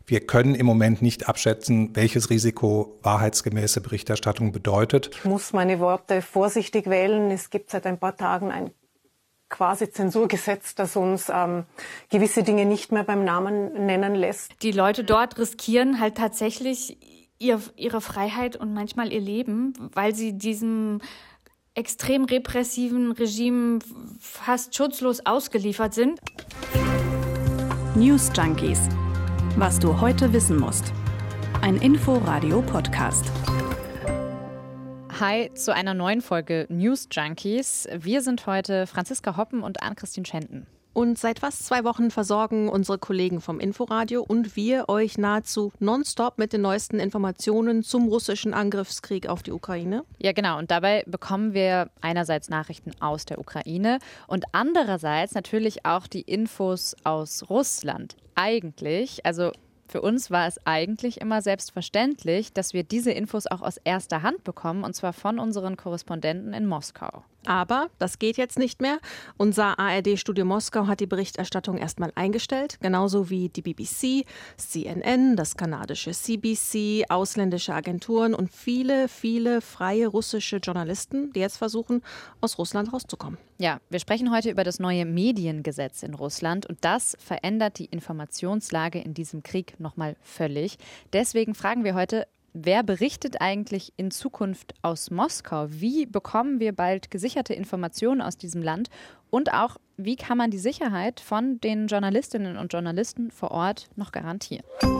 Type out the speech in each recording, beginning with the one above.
Wir können im Moment nicht abschätzen, welches Risiko wahrheitsgemäße Berichterstattung bedeutet. Ich muss meine Worte vorsichtig wählen. Es gibt seit ein paar Tagen ein quasi Zensurgesetz, das uns gewisse Dinge nicht mehr beim Namen nennen lässt. Die Leute dort riskieren halt tatsächlich ihre Freiheit und manchmal ihr Leben, weil sie diesem extrem repressiven Regime fast schutzlos ausgeliefert sind. News Junkies. Was du heute wissen musst. Ein Info-Radio-Podcast. Hi zu einer neuen Folge News Junkies. Wir sind heute Franziska Hoppen und Ann-Christine Schenten. Und seit fast 2 Wochen versorgen unsere Kollegen vom Inforadio und wir euch nahezu nonstop mit den neuesten Informationen zum russischen Angriffskrieg auf die Ukraine. Ja, genau. Und dabei bekommen wir einerseits Nachrichten aus der Ukraine und andererseits natürlich auch die Infos aus Russland. Eigentlich, also für uns war es eigentlich immer selbstverständlich, dass wir diese Infos auch aus erster Hand bekommen, und zwar von unseren Korrespondenten in Moskau. Aber das geht jetzt nicht mehr. Unser ARD-Studio Moskau hat die Berichterstattung erstmal eingestellt, genauso wie die BBC, CNN, das kanadische CBC, ausländische Agenturen und viele, viele freie russische Journalisten, die jetzt versuchen, aus Russland rauszukommen. Ja, wir sprechen heute über das neue Mediengesetz in Russland und das verändert die Informationslage in diesem Krieg nochmal völlig. Deswegen fragen wir heute, wer berichtet eigentlich in Zukunft aus Moskau? Wie bekommen wir bald gesicherte Informationen aus diesem Land? Und auch, wie kann man die Sicherheit von den Journalistinnen und Journalisten vor Ort noch garantieren?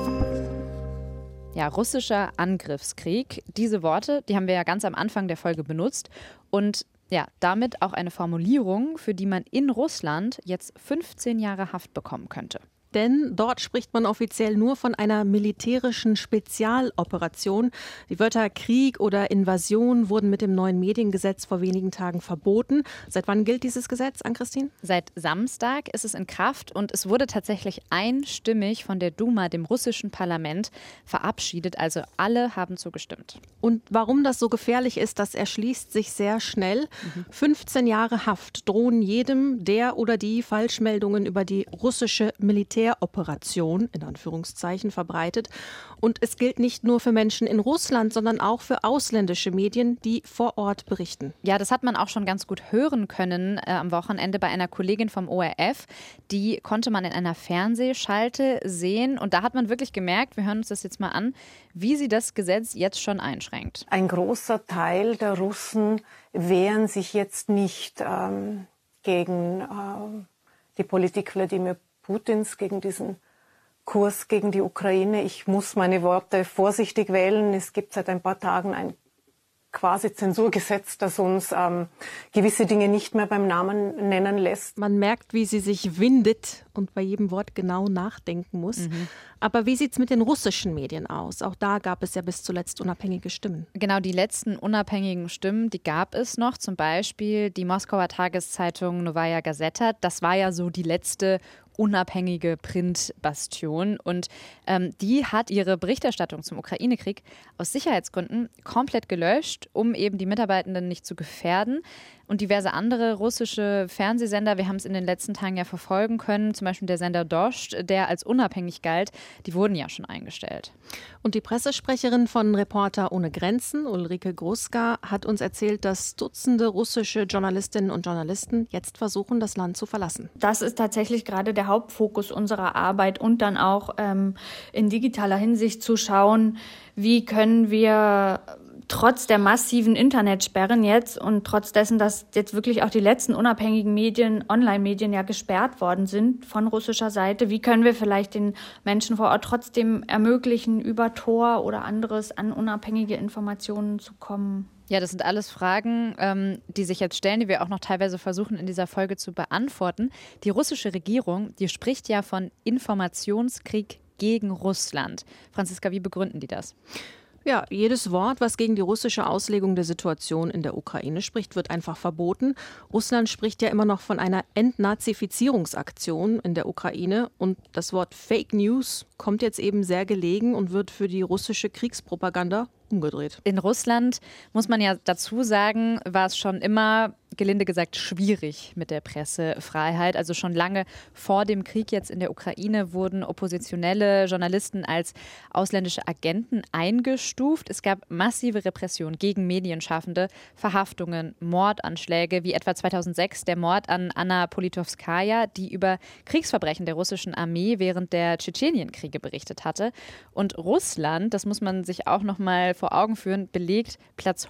Ja, russischer Angriffskrieg. Diese Worte, die haben wir ja ganz am Anfang der Folge benutzt. Und ja, damit auch eine Formulierung, für die man in Russland jetzt 15 Jahre Haft bekommen könnte. Denn dort spricht man offiziell nur von einer militärischen Spezialoperation. Die Wörter Krieg oder Invasion wurden mit dem neuen Mediengesetz vor wenigen Tagen verboten. Seit wann gilt dieses Gesetz, Ann-Christine? Seit Samstag ist es in Kraft und es wurde tatsächlich einstimmig von der Duma, dem russischen Parlament, verabschiedet. Also alle haben zugestimmt. Und warum das so gefährlich ist, das erschließt sich sehr schnell. 15 Jahre Haft drohen jedem, der oder die Falschmeldungen über die russische Militäroperation in Anführungszeichen verbreitet. Und es gilt nicht nur für Menschen in Russland, sondern auch für ausländische Medien, die vor Ort berichten. Ja, das hat man auch schon ganz gut hören können am Wochenende bei einer Kollegin vom ORF. Die konnte man in einer Fernsehschalte sehen. Und da hat man wirklich gemerkt, wir hören uns das jetzt mal an, wie sie das Gesetz jetzt schon einschränkt. Ein großer Teil der Russen wehren sich jetzt nicht gegen die Politik Wladimir Putins, gegen diesen Kurs gegen die Ukraine. Ich muss meine Worte vorsichtig wählen. Es gibt seit ein paar Tagen ein quasi Zensurgesetz, das uns gewisse Dinge nicht mehr beim Namen nennen lässt. Man merkt, wie sie sich windet und bei jedem Wort genau nachdenken muss. Aber wie sieht es mit den russischen Medien aus? Auch da gab es ja bis zuletzt unabhängige Stimmen. Genau, die letzten unabhängigen Stimmen, die gab es noch. Zum Beispiel die Moskauer Tageszeitung Novaya Gazeta. Das war ja so die letzte unabhängige Printbastion. Und die hat ihre Berichterstattung zum Ukraine-Krieg aus Sicherheitsgründen komplett gelöscht, um eben die Mitarbeitenden nicht zu gefährden. Und diverse andere russische Fernsehsender, wir haben es in den letzten Tagen ja verfolgen können, zum Beispiel der Sender Dost, der als unabhängig galt, die wurden ja schon eingestellt. Und die Pressesprecherin von Reporter ohne Grenzen, Ulrike Gruska, hat uns erzählt, dass Dutzende russische Journalistinnen und Journalisten jetzt versuchen, das Land zu verlassen. Das ist tatsächlich gerade der Hauptfokus unserer Arbeit und dann auch in digitaler Hinsicht zu schauen, wie können wir trotz der massiven Internetsperren jetzt und trotz dessen, dass jetzt wirklich auch die letzten unabhängigen Medien, Online-Medien ja gesperrt worden sind von russischer Seite, wie können wir vielleicht den Menschen vor Ort trotzdem ermöglichen, über Tor oder anderes an unabhängige Informationen zu kommen? Ja, das sind alles Fragen, die sich jetzt stellen, die wir auch noch teilweise versuchen in dieser Folge zu beantworten. Die russische Regierung, die spricht ja von Informationskrieg gegen Russland. Franziska, wie begründen die das? Ja, jedes Wort, was gegen die russische Auslegung der Situation in der Ukraine spricht, wird einfach verboten. Russland spricht ja immer noch von einer Entnazifizierungsaktion in der Ukraine. Und das Wort Fake News kommt jetzt eben sehr gelegen und wird für die russische Kriegspropaganda umgedreht. In Russland, muss man ja dazu sagen, war es schon immer, gelinde gesagt, schwierig mit der Pressefreiheit. Also schon lange vor dem Krieg jetzt in der Ukraine wurden oppositionelle Journalisten als ausländische Agenten eingestuft. Es gab massive Repressionen gegen Medienschaffende, Verhaftungen, Mordanschläge, wie etwa 2006 der Mord an Anna Politkovskaja, die über Kriegsverbrechen der russischen Armee während der Tschetschenienkriege berichtet hatte. Und Russland, das muss man sich auch noch mal vor Augen führen, belegt Platz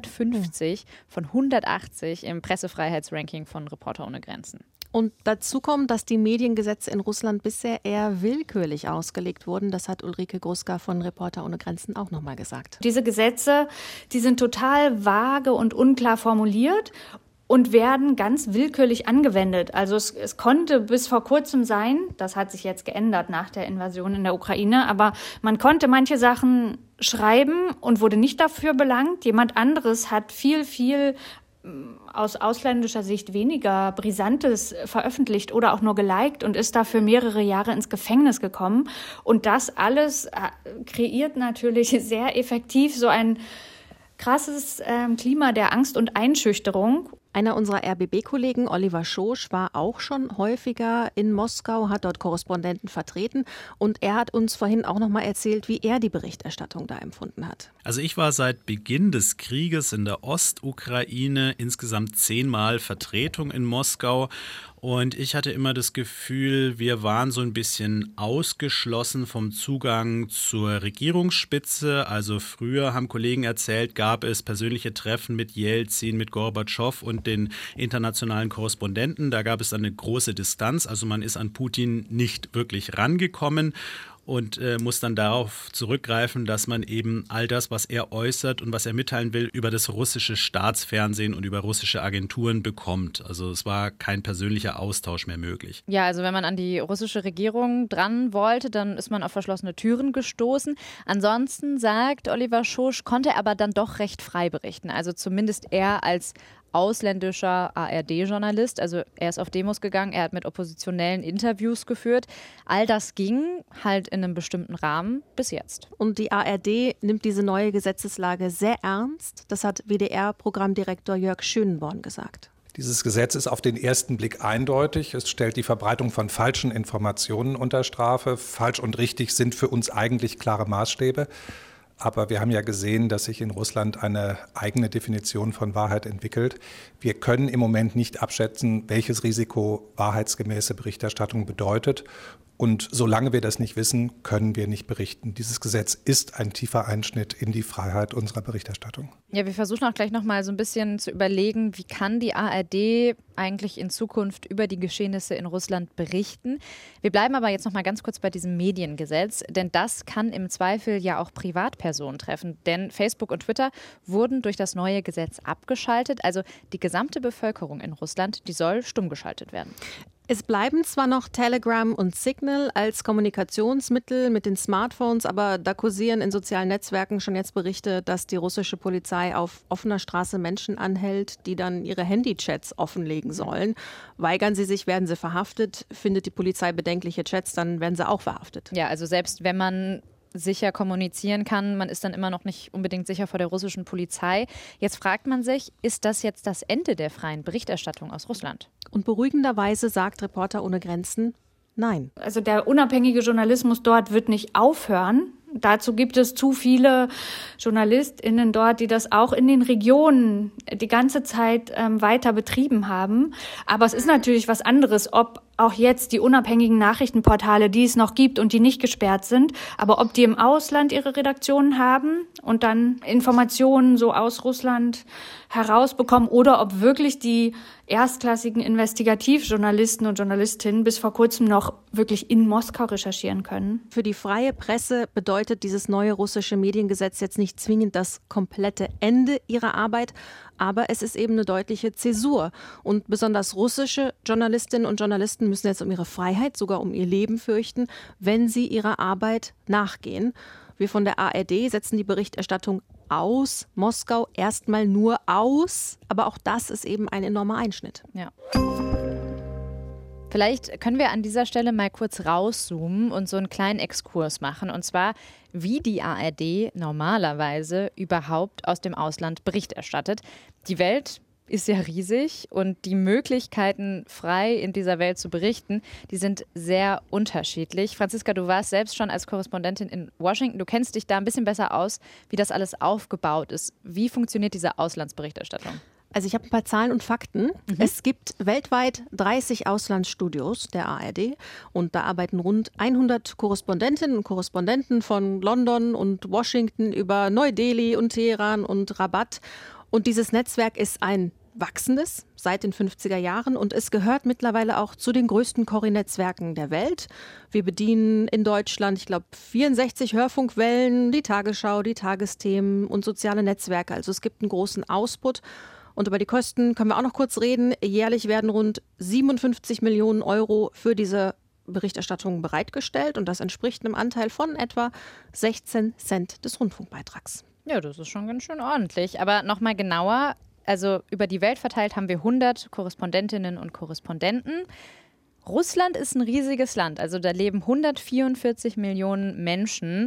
150 von 180 im Pressefreiheitsranking von Reporter ohne Grenzen. Und dazu kommt, dass die Mediengesetze in Russland bisher eher willkürlich ausgelegt wurden. Das hat Ulrike Gruska von Reporter ohne Grenzen auch nochmal gesagt. Diese Gesetze, die sind total vage und unklar formuliert und werden ganz willkürlich angewendet. Also es konnte bis vor kurzem sein, das hat sich jetzt geändert nach der Invasion in der Ukraine, aber man konnte manche Sachen schreiben und wurde nicht dafür belangt. Jemand anderes hat viel aus ausländischer Sicht weniger Brisantes veröffentlicht oder auch nur geliked und ist dafür mehrere Jahre ins Gefängnis gekommen. Und das alles kreiert natürlich sehr effektiv so ein krasses Klima der Angst und Einschüchterung. Einer unserer RBB-Kollegen, Oliver Schosch, war auch schon häufiger in Moskau, hat dort Korrespondenten vertreten und er hat uns vorhin auch noch mal erzählt, wie er die Berichterstattung da empfunden hat. Also ich war seit Beginn des Krieges in der Ostukraine insgesamt 10-mal Vertretung in Moskau. Und ich hatte immer das Gefühl, wir waren so ein bisschen ausgeschlossen vom Zugang zur Regierungsspitze. Also früher, haben Kollegen erzählt, gab es persönliche Treffen mit Jelzin, mit Gorbatschow und den internationalen Korrespondenten. Da gab es eine große Distanz. Also man ist an Putin nicht wirklich rangekommen. Und muss dann darauf zurückgreifen, dass man eben all das, was er äußert und was er mitteilen will, über das russische Staatsfernsehen und über russische Agenturen bekommt. Also es war kein persönlicher Austausch mehr möglich. Ja, also wenn man an die russische Regierung dran wollte, dann ist man auf verschlossene Türen gestoßen. Ansonsten, sagt Oliver Schosch, konnte er aber dann doch recht frei berichten. Also zumindest er als ausländischer ARD-Journalist. Also er ist auf Demos gegangen, er hat mit Oppositionellen Interviews geführt. All das ging halt in einem bestimmten Rahmen bis jetzt. Und die ARD nimmt diese neue Gesetzeslage sehr ernst. Das hat WDR-Programmdirektor Jörg Schönborn gesagt. Dieses Gesetz ist auf den ersten Blick eindeutig. Es stellt die Verbreitung von falschen Informationen unter Strafe. Falsch und richtig sind für uns eigentlich klare Maßstäbe. Aber wir haben ja gesehen, dass sich in Russland eine eigene Definition von Wahrheit entwickelt. Wir können im Moment nicht abschätzen, welches Risiko wahrheitsgemäße Berichterstattung bedeutet. Und solange wir das nicht wissen, können wir nicht berichten. Dieses Gesetz ist ein tiefer Einschnitt in die Freiheit unserer Berichterstattung. Ja, wir versuchen auch gleich noch mal so ein bisschen zu überlegen, wie kann die ARD eigentlich in Zukunft über die Geschehnisse in Russland berichten. Wir bleiben aber jetzt noch mal ganz kurz bei diesem Mediengesetz, denn das kann im Zweifel ja auch Privatpersonen treffen. Denn Facebook und Twitter wurden durch das neue Gesetz abgeschaltet. Also die gesamte Bevölkerung in Russland, die soll stumm geschaltet werden. Es bleiben zwar noch Telegram und Signal als Kommunikationsmittel mit den Smartphones, aber da kursieren in sozialen Netzwerken schon jetzt Berichte, dass die russische Polizei auf offener Straße Menschen anhält, die dann ihre Handychats offenlegen sollen. Weigern sie sich, werden sie verhaftet. Findet die Polizei bedenkliche Chats, dann werden sie auch verhaftet. Ja, also selbst wenn man sicher kommunizieren kann. Man ist dann immer noch nicht unbedingt sicher vor der russischen Polizei. Jetzt fragt man sich, ist das jetzt das Ende der freien Berichterstattung aus Russland? Und beruhigenderweise sagt Reporter ohne Grenzen, nein. Also der unabhängige Journalismus dort wird nicht aufhören. Dazu gibt es zu viele JournalistInnen dort, die das auch in den Regionen die ganze Zeit weiter betrieben haben. Aber es ist natürlich was anderes, ob auch jetzt die unabhängigen Nachrichtenportale, die es noch gibt und die nicht gesperrt sind, aber ob die im Ausland ihre Redaktionen haben und dann Informationen so aus Russland herausbekommen oder ob wirklich die erstklassigen Investigativjournalisten und Journalistinnen bis vor kurzem noch wirklich in Moskau recherchieren können. Für die freie Presse bedeutet dieses neue russische Mediengesetz jetzt nicht zwingend das komplette Ende ihrer Arbeit, aber es ist eben eine deutliche Zäsur. Und besonders russische Journalistinnen und Journalisten müssen jetzt um ihre Freiheit, sogar um ihr Leben fürchten, wenn sie ihrer Arbeit nachgehen. Wir von der ARD setzen die Berichterstattung aus Moskau erstmal nur aus, aber auch das ist eben ein enormer Einschnitt. Ja. Vielleicht können wir an dieser Stelle mal kurz rauszoomen und so einen kleinen Exkurs machen. Und zwar, wie die ARD normalerweise überhaupt aus dem Ausland Bericht erstattet. Die Welt ist ja riesig und die Möglichkeiten, frei in dieser Welt zu berichten, die sind sehr unterschiedlich. Franziska, du warst selbst schon als Korrespondentin in Washington. Du kennst dich da ein bisschen besser aus, wie das alles aufgebaut ist. Wie funktioniert diese Auslandsberichterstattung? Also ich habe ein paar Zahlen und Fakten. Es gibt weltweit 30 Auslandsstudios der ARD und da arbeiten rund 100 Korrespondentinnen und Korrespondenten von London und Washington über Neu-Delhi und Teheran und Rabat. Und dieses Netzwerk ist ein wachsendes seit den 50er Jahren und es gehört mittlerweile auch zu den größten Corrie-Netzwerken der Welt. Wir bedienen in Deutschland, ich glaube, 64 Hörfunkwellen, die Tagesschau, die Tagesthemen und soziale Netzwerke. Also es gibt einen großen Output. Und über die Kosten können wir auch noch kurz reden. Jährlich werden rund 57 Millionen Euro für diese Berichterstattung bereitgestellt. Und das entspricht einem Anteil von etwa 16 Cent des Rundfunkbeitrags. Ja, das ist schon ganz schön ordentlich. Aber nochmal genauer, also über die Welt verteilt haben wir 100 Korrespondentinnen und Korrespondenten. Russland ist ein riesiges Land. Also da leben 144 Millionen Menschen.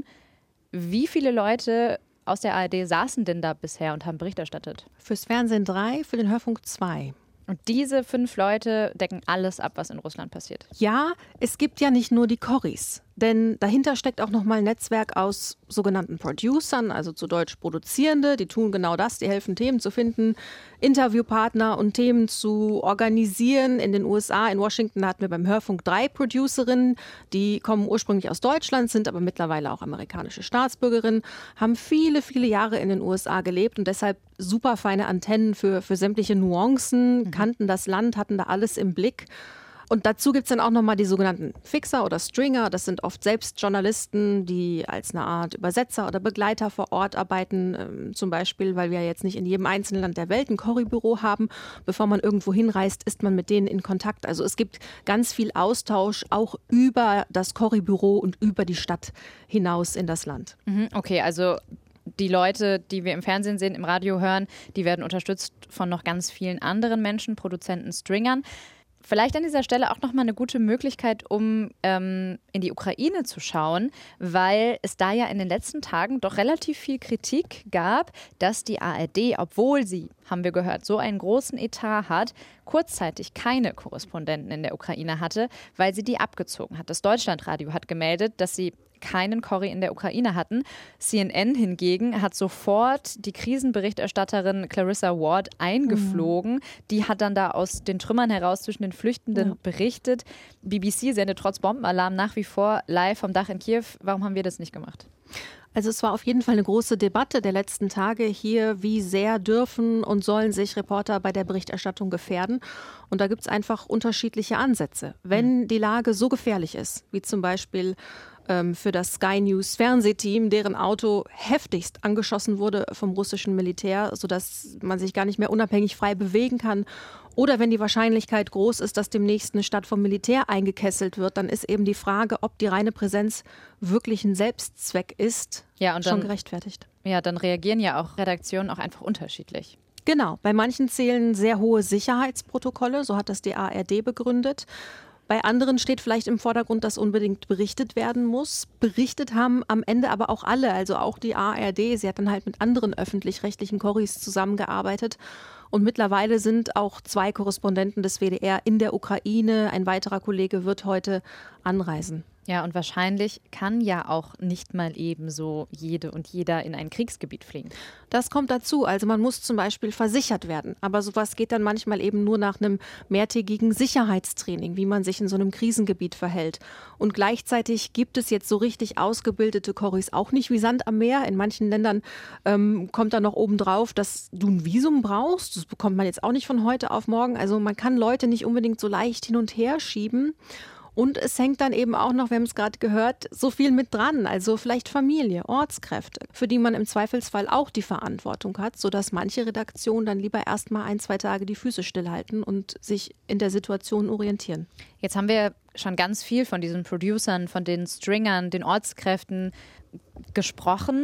Wie viele Leute aus der ARD saßen denn da bisher und haben Bericht erstattet? Fürs Fernsehen 3, für den Hörfunk 2. Und diese 5 Leute decken alles ab, was in Russland passiert. Ja, es gibt ja nicht nur die Corries. Denn dahinter steckt auch nochmal ein Netzwerk aus sogenannten Producern, also zu Deutsch Produzierende. Die tun genau das, die helfen Themen zu finden, Interviewpartner und Themen zu organisieren. In den USA, in Washington hatten wir beim Hörfunk 3 Producerinnen, die kommen ursprünglich aus Deutschland, sind aber mittlerweile auch amerikanische Staatsbürgerinnen, haben viele, viele Jahre in den USA gelebt und deshalb super feine Antennen für sämtliche Nuancen, kannten das Land, hatten da alles im Blick. Und dazu gibt es dann auch nochmal die sogenannten Fixer oder Stringer. Das sind oft selbst Journalisten, die als eine Art Übersetzer oder Begleiter vor Ort arbeiten. Zum Beispiel, weil wir jetzt nicht in jedem einzelnen Land der Welt ein Corrie-Büro haben. Bevor man irgendwo hinreist, ist man mit denen in Kontakt. Also es gibt ganz viel Austausch auch über das Corrie-Büro und über die Stadt hinaus in das Land. Okay, also die Leute, die wir im Fernsehen sehen, im Radio hören, die werden unterstützt von noch ganz vielen anderen Menschen, Produzenten, Stringern. Vielleicht an dieser Stelle auch nochmal eine gute Möglichkeit, um in die Ukraine zu schauen, weil es da ja in den letzten Tagen doch relativ viel Kritik gab, dass die ARD, obwohl sie, haben wir gehört, so einen großen Etat hat, kurzzeitig keine Korrespondenten in der Ukraine hatte, weil sie die abgezogen hat. Das Deutschlandradio hat gemeldet, dass sie keinen Corrie in der Ukraine hatten. CNN hingegen hat sofort die Krisenberichterstatterin Clarissa Ward eingeflogen. Die hat dann da aus den Trümmern heraus zwischen den Flüchtenden berichtet. BBC sendet trotz Bombenalarm nach wie vor live vom Dach in Kiew. Warum haben wir das nicht gemacht? Also es war auf jeden Fall eine große Debatte der letzten Tage hier, wie sehr dürfen und sollen sich Reporter bei der Berichterstattung gefährden. Und da gibt es einfach unterschiedliche Ansätze. Wenn die Lage so gefährlich ist, wie zum Beispiel für das Sky News Fernsehteam, deren Auto heftigst angeschossen wurde vom russischen Militär, sodass man sich gar nicht mehr unabhängig frei bewegen kann. Oder wenn die Wahrscheinlichkeit groß ist, dass demnächst eine Stadt vom Militär eingekesselt wird, dann ist eben die Frage, ob die reine Präsenz wirklich ein Selbstzweck ist, und schon gerechtfertigt. Ja, dann reagieren ja auch Redaktionen auch einfach unterschiedlich. Genau, bei manchen zählen sehr hohe Sicherheitsprotokolle, so hat das die ARD begründet. Bei anderen steht vielleicht im Vordergrund, dass unbedingt berichtet werden muss. Berichtet haben am Ende aber auch alle, also auch die ARD. Sie hat dann halt mit anderen öffentlich-rechtlichen Corries zusammengearbeitet. Und mittlerweile sind auch 2 Korrespondenten des WDR in der Ukraine. Ein weiterer Kollege wird heute anreisen. Ja, und wahrscheinlich kann ja auch nicht mal eben so jede und jeder in ein Kriegsgebiet fliegen. Das kommt dazu. Also man muss zum Beispiel versichert werden. Aber sowas geht dann manchmal eben nur nach einem mehrtägigen Sicherheitstraining, wie man sich in so einem Krisengebiet verhält. Und gleichzeitig gibt es jetzt so richtig ausgebildete Corries auch nicht wie Sand am Meer. In manchen Ländern kommt dann noch obendrauf, dass du ein Visum brauchst. Das bekommt man jetzt auch nicht von heute auf morgen. Also man kann Leute nicht unbedingt so leicht hin und her schieben. Und es hängt dann eben auch noch, wir haben es gerade gehört, so viel mit dran. Also vielleicht Familie, Ortskräfte, für die man im Zweifelsfall auch die Verantwortung hat, sodass manche Redaktionen dann lieber erst mal 1-2 Tage die Füße stillhalten und sich in der Situation orientieren. Jetzt haben wir schon ganz viel von diesen Producern, von den Stringern, den Ortskräften gesprochen.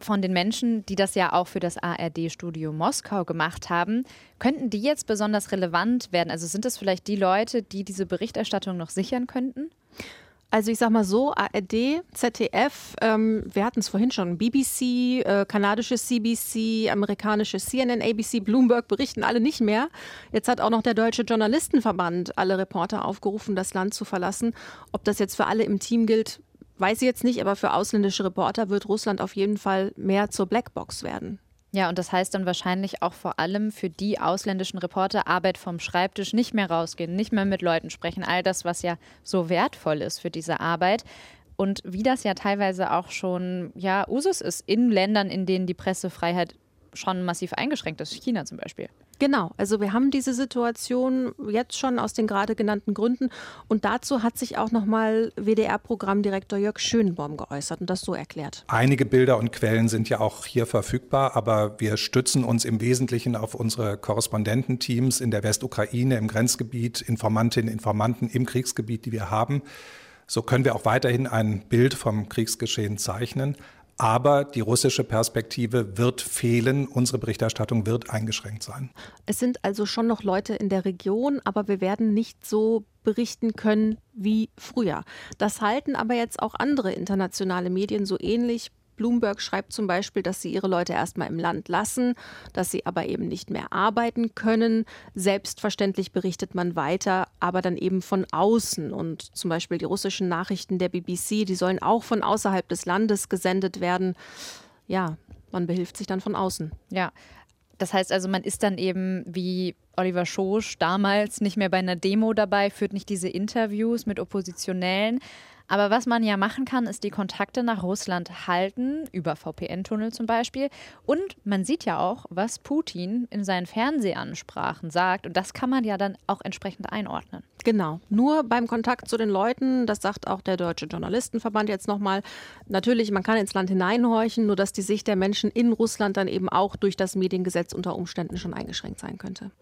von den Menschen, die das ja auch für das ARD-Studio Moskau gemacht haben, könnten die jetzt besonders relevant werden? Also sind das vielleicht die Leute, die diese Berichterstattung noch sichern könnten? Also ich sag mal so, ARD, ZDF, wir hatten es vorhin schon, BBC, kanadisches CBC, amerikanisches CNN, ABC, Bloomberg berichten alle nicht mehr. Jetzt hat auch noch der Deutsche Journalistenverband alle Reporter aufgerufen, das Land zu verlassen. Ob das jetzt für alle im Team gilt, weiß ich jetzt nicht, aber für ausländische Reporter wird Russland auf jeden Fall mehr zur Blackbox werden. Ja, und das heißt dann wahrscheinlich auch vor allem für die ausländischen Reporter Arbeit vom Schreibtisch, nicht mehr rausgehen, nicht mehr mit Leuten sprechen, all das, was ja so wertvoll ist für diese Arbeit. Und wie das ja teilweise auch schon Usus ist in Ländern, in denen die Pressefreiheit schon massiv eingeschränkt ist, China zum Beispiel. Genau, also wir haben diese Situation jetzt schon aus den gerade genannten Gründen und dazu hat sich auch nochmal WDR-Programmdirektor Jörg Schönborn geäußert und das so erklärt. Einige Bilder und Quellen sind ja auch hier verfügbar, aber wir stützen uns im Wesentlichen auf unsere Korrespondententeams in der Westukraine, im Grenzgebiet, Informantinnen, Informanten im Kriegsgebiet, die wir haben. So können wir auch weiterhin ein Bild vom Kriegsgeschehen zeichnen. Aber die russische Perspektive wird fehlen, unsere Berichterstattung wird eingeschränkt sein. Es sind also schon noch Leute in der Region, aber wir werden nicht so berichten können wie früher. Das halten aber jetzt auch andere internationale Medien so ähnlich. Bloomberg schreibt zum Beispiel, dass sie ihre Leute erstmal im Land lassen, dass sie aber eben nicht mehr arbeiten können. Selbstverständlich berichtet man weiter, aber dann eben von außen. Und zum Beispiel die russischen Nachrichten der BBC, die sollen auch von außerhalb des Landes gesendet werden. Ja, man behilft sich dann von außen. Ja, das heißt also, man ist dann eben wie Oliver Schosch damals nicht mehr bei einer Demo dabei, führt nicht diese Interviews mit Oppositionellen. Aber was man ja machen kann, ist die Kontakte nach Russland halten, über VPN-Tunnel zum Beispiel. Und man sieht ja auch, was Putin in seinen Fernsehansprachen sagt. Und das kann man ja dann auch entsprechend einordnen. Genau, nur beim Kontakt zu den Leuten, das sagt auch der Deutsche Journalistenverband jetzt nochmal. Natürlich, man kann ins Land hineinhorchen, nur dass die Sicht der Menschen in Russland dann eben auch durch das Mediengesetz unter Umständen schon eingeschränkt sein könnte.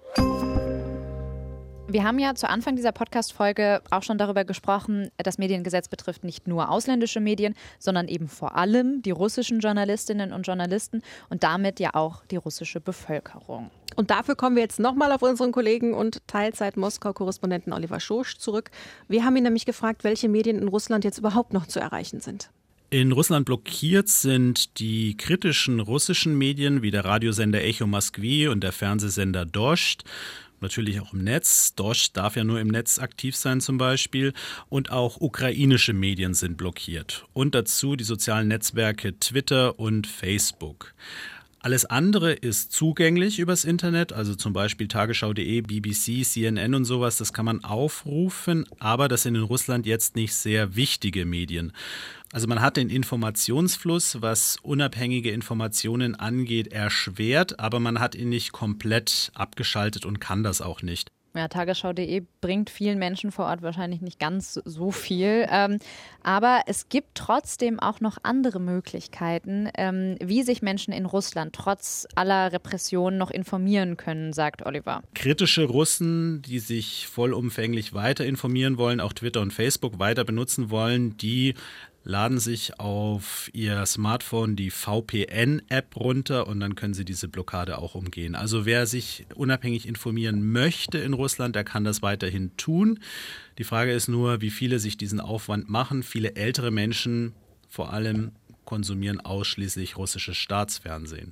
Wir haben ja zu Anfang dieser Podcast-Folge auch schon darüber gesprochen, das Mediengesetz betrifft nicht nur ausländische Medien, sondern eben vor allem die russischen Journalistinnen und Journalisten und damit ja auch die russische Bevölkerung. Und dafür kommen wir jetzt nochmal auf unseren Kollegen und Teilzeit-Moskau-Korrespondenten Oliver Schosch zurück. Wir haben ihn nämlich gefragt, welche Medien in Russland jetzt überhaupt noch zu erreichen sind. In Russland blockiert sind die kritischen russischen Medien wie der Radiosender Echo Moskwi und der Fernsehsender Dost. Natürlich auch im Netz. Dost darf ja nur im Netz aktiv sein zum Beispiel. Und auch ukrainische Medien sind blockiert. Und dazu die sozialen Netzwerke Twitter und Facebook. Alles andere ist zugänglich übers Internet, also zum Beispiel Tagesschau.de, BBC, CNN und sowas, das kann man aufrufen, aber das sind in Russland jetzt nicht sehr wichtige Medien. Also man hat den Informationsfluss, was unabhängige Informationen angeht, erschwert, aber man hat ihn nicht komplett abgeschaltet und kann das auch nicht. Ja, Tagesschau.de bringt vielen Menschen vor Ort wahrscheinlich nicht ganz so viel. Aber es gibt trotzdem auch noch andere Möglichkeiten, wie sich Menschen in Russland trotz aller Repressionen noch informieren können, sagt Oliver. Kritische Russen, die sich vollumfänglich weiter informieren wollen, auch Twitter und Facebook weiter benutzen wollen, die laden sich auf ihr Smartphone die VPN-App runter und dann können sie diese Blockade auch umgehen. Also wer sich unabhängig informieren möchte in Russland, der kann das weiterhin tun. Die Frage ist nur, wie viele sich diesen Aufwand machen. Viele ältere Menschen vor allem konsumieren ausschließlich russisches Staatsfernsehen.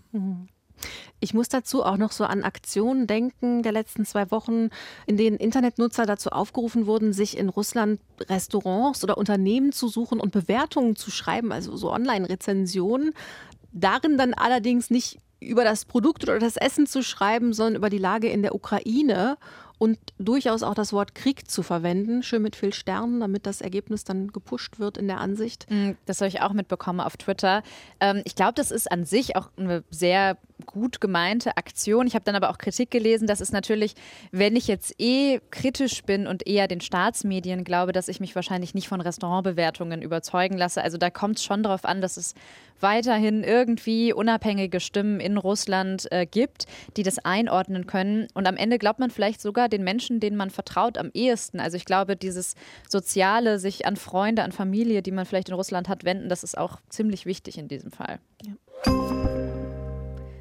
Ich muss dazu auch noch so an Aktionen denken der letzten 2 Wochen, in denen Internetnutzer dazu aufgerufen wurden, sich in Russland Restaurants oder Unternehmen zu suchen und Bewertungen zu schreiben, also so Online-Rezensionen. Darin dann allerdings nicht über das Produkt oder das Essen zu schreiben, sondern über die Lage in der Ukraine und durchaus auch das Wort Krieg zu verwenden, schön mit viel Sternen, damit das Ergebnis dann gepusht wird in der Ansicht. Das habe ich auch mitbekommen auf Twitter. Ich glaube, das ist an sich auch eine sehr gut gemeinte Aktion. Ich habe dann aber auch Kritik gelesen, dass es natürlich, wenn ich jetzt kritisch bin und eher den Staatsmedien glaube, dass ich mich wahrscheinlich nicht von Restaurantbewertungen überzeugen lasse. Also da kommt es schon darauf an, dass es weiterhin irgendwie unabhängige Stimmen in Russland gibt, die das einordnen können. Und am Ende glaubt man vielleicht sogar den Menschen, denen man vertraut, am ehesten. Also ich glaube, dieses Soziale, sich an Freunde, an Familie, die man vielleicht in Russland hat, wenden, das ist auch ziemlich wichtig in diesem Fall. Ja.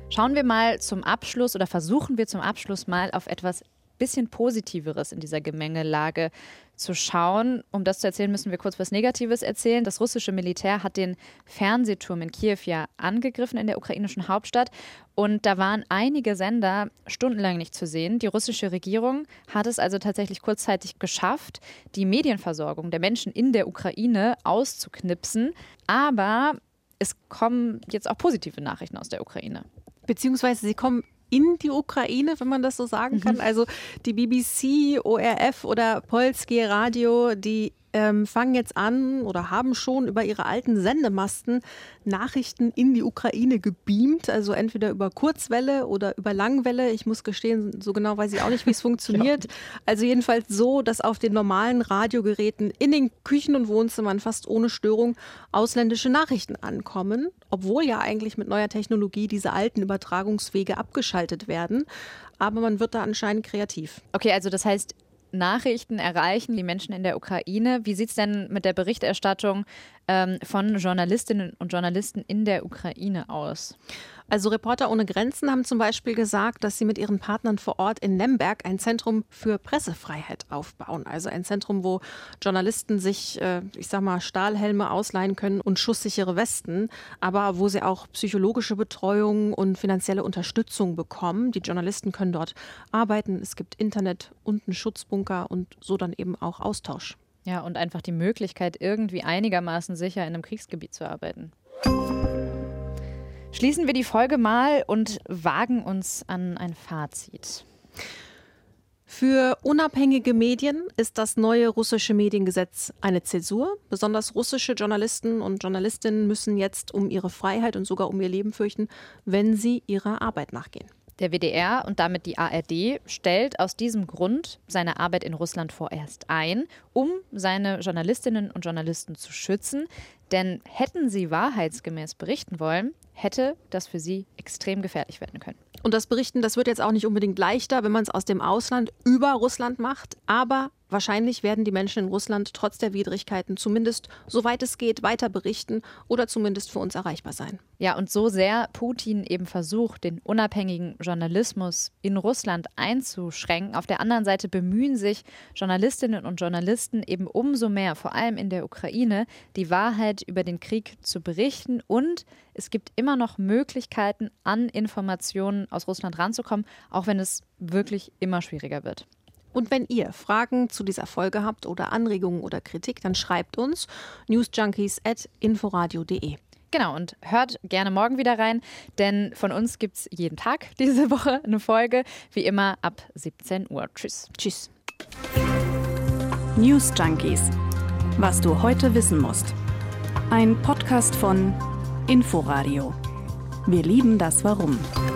Schauen wir mal zum Abschluss oder versuchen wir zum Abschluss mal auf etwas bisschen Positiveres in dieser Gemengelage zu schauen. Um das zu erzählen, müssen wir kurz was Negatives erzählen. Das russische Militär hat den Fernsehturm in Kiew ja angegriffen in der ukrainischen Hauptstadt. Und da waren einige Sender stundenlang nicht zu sehen. Die russische Regierung hat es also tatsächlich kurzzeitig geschafft, die Medienversorgung der Menschen in der Ukraine auszuknipsen. Aber es kommen jetzt auch positive Nachrichten aus der Ukraine. Beziehungsweise sie kommen in die Ukraine, wenn man das so sagen kann. Also die BBC, ORF oder Polskie Radio, die fangen jetzt an oder haben schon über ihre alten Sendemasten Nachrichten in die Ukraine gebeamt, also entweder über Kurzwelle oder über Langwelle. Ich muss gestehen, so genau weiß ich auch nicht, wie es funktioniert. Also jedenfalls so, dass auf den normalen Radiogeräten in den Küchen und Wohnzimmern fast ohne Störung ausländische Nachrichten ankommen, obwohl ja eigentlich mit neuer Technologie diese alten Übertragungswege abgeschaltet werden. Aber man wird da anscheinend kreativ. Okay, also das heißt, Nachrichten erreichen die Menschen in der Ukraine. Wie sieht es denn mit der Berichterstattung von Journalistinnen und Journalisten in der Ukraine aus? Also Reporter ohne Grenzen haben zum Beispiel gesagt, dass sie mit ihren Partnern vor Ort in Lemberg ein Zentrum für Pressefreiheit aufbauen. Also ein Zentrum, wo Journalisten sich, Stahlhelme ausleihen können und schusssichere Westen, aber wo sie auch psychologische Betreuung und finanzielle Unterstützung bekommen. Die Journalisten können dort arbeiten, es gibt Internet und einen Schutzbunker und so dann eben auch Austausch. Ja, und einfach die Möglichkeit, irgendwie einigermaßen sicher in einem Kriegsgebiet zu arbeiten. Schließen wir die Folge mal und wagen uns an ein Fazit. Für unabhängige Medien ist das neue russische Mediengesetz eine Zäsur. Besonders russische Journalisten und Journalistinnen müssen jetzt um ihre Freiheit und sogar um ihr Leben fürchten, wenn sie ihrer Arbeit nachgehen. Der WDR und damit die ARD stellt aus diesem Grund seine Arbeit in Russland vorerst ein, um seine Journalistinnen und Journalisten zu schützen. Denn hätten sie wahrheitsgemäß berichten wollen, hätte das für sie extrem gefährlich werden können. Und das Berichten, das wird jetzt auch nicht unbedingt leichter, wenn man es aus dem Ausland über Russland macht. Aber wahrscheinlich werden die Menschen in Russland trotz der Widrigkeiten zumindest, soweit es geht, weiter berichten oder zumindest für uns erreichbar sein. Ja, und so sehr Putin eben versucht, den unabhängigen Journalismus in Russland einzuschränken, auf der anderen Seite bemühen sich Journalistinnen und Journalisten eben umso mehr, vor allem in der Ukraine, die Wahrheit über den Krieg zu berichten. Und es gibt immer noch Möglichkeiten, an Informationen aus Russland ranzukommen, auch wenn es wirklich immer schwieriger wird. Und wenn ihr Fragen zu dieser Folge habt oder Anregungen oder Kritik, dann schreibt uns newsjunkies@inforadio.de. Genau, und hört gerne morgen wieder rein, denn von uns gibt es jeden Tag diese Woche eine Folge, wie immer ab 17 Uhr. Tschüss. Tschüss. News Junkies. Was du heute wissen musst. Ein Podcast von Inforadio. Wir lieben das Warum.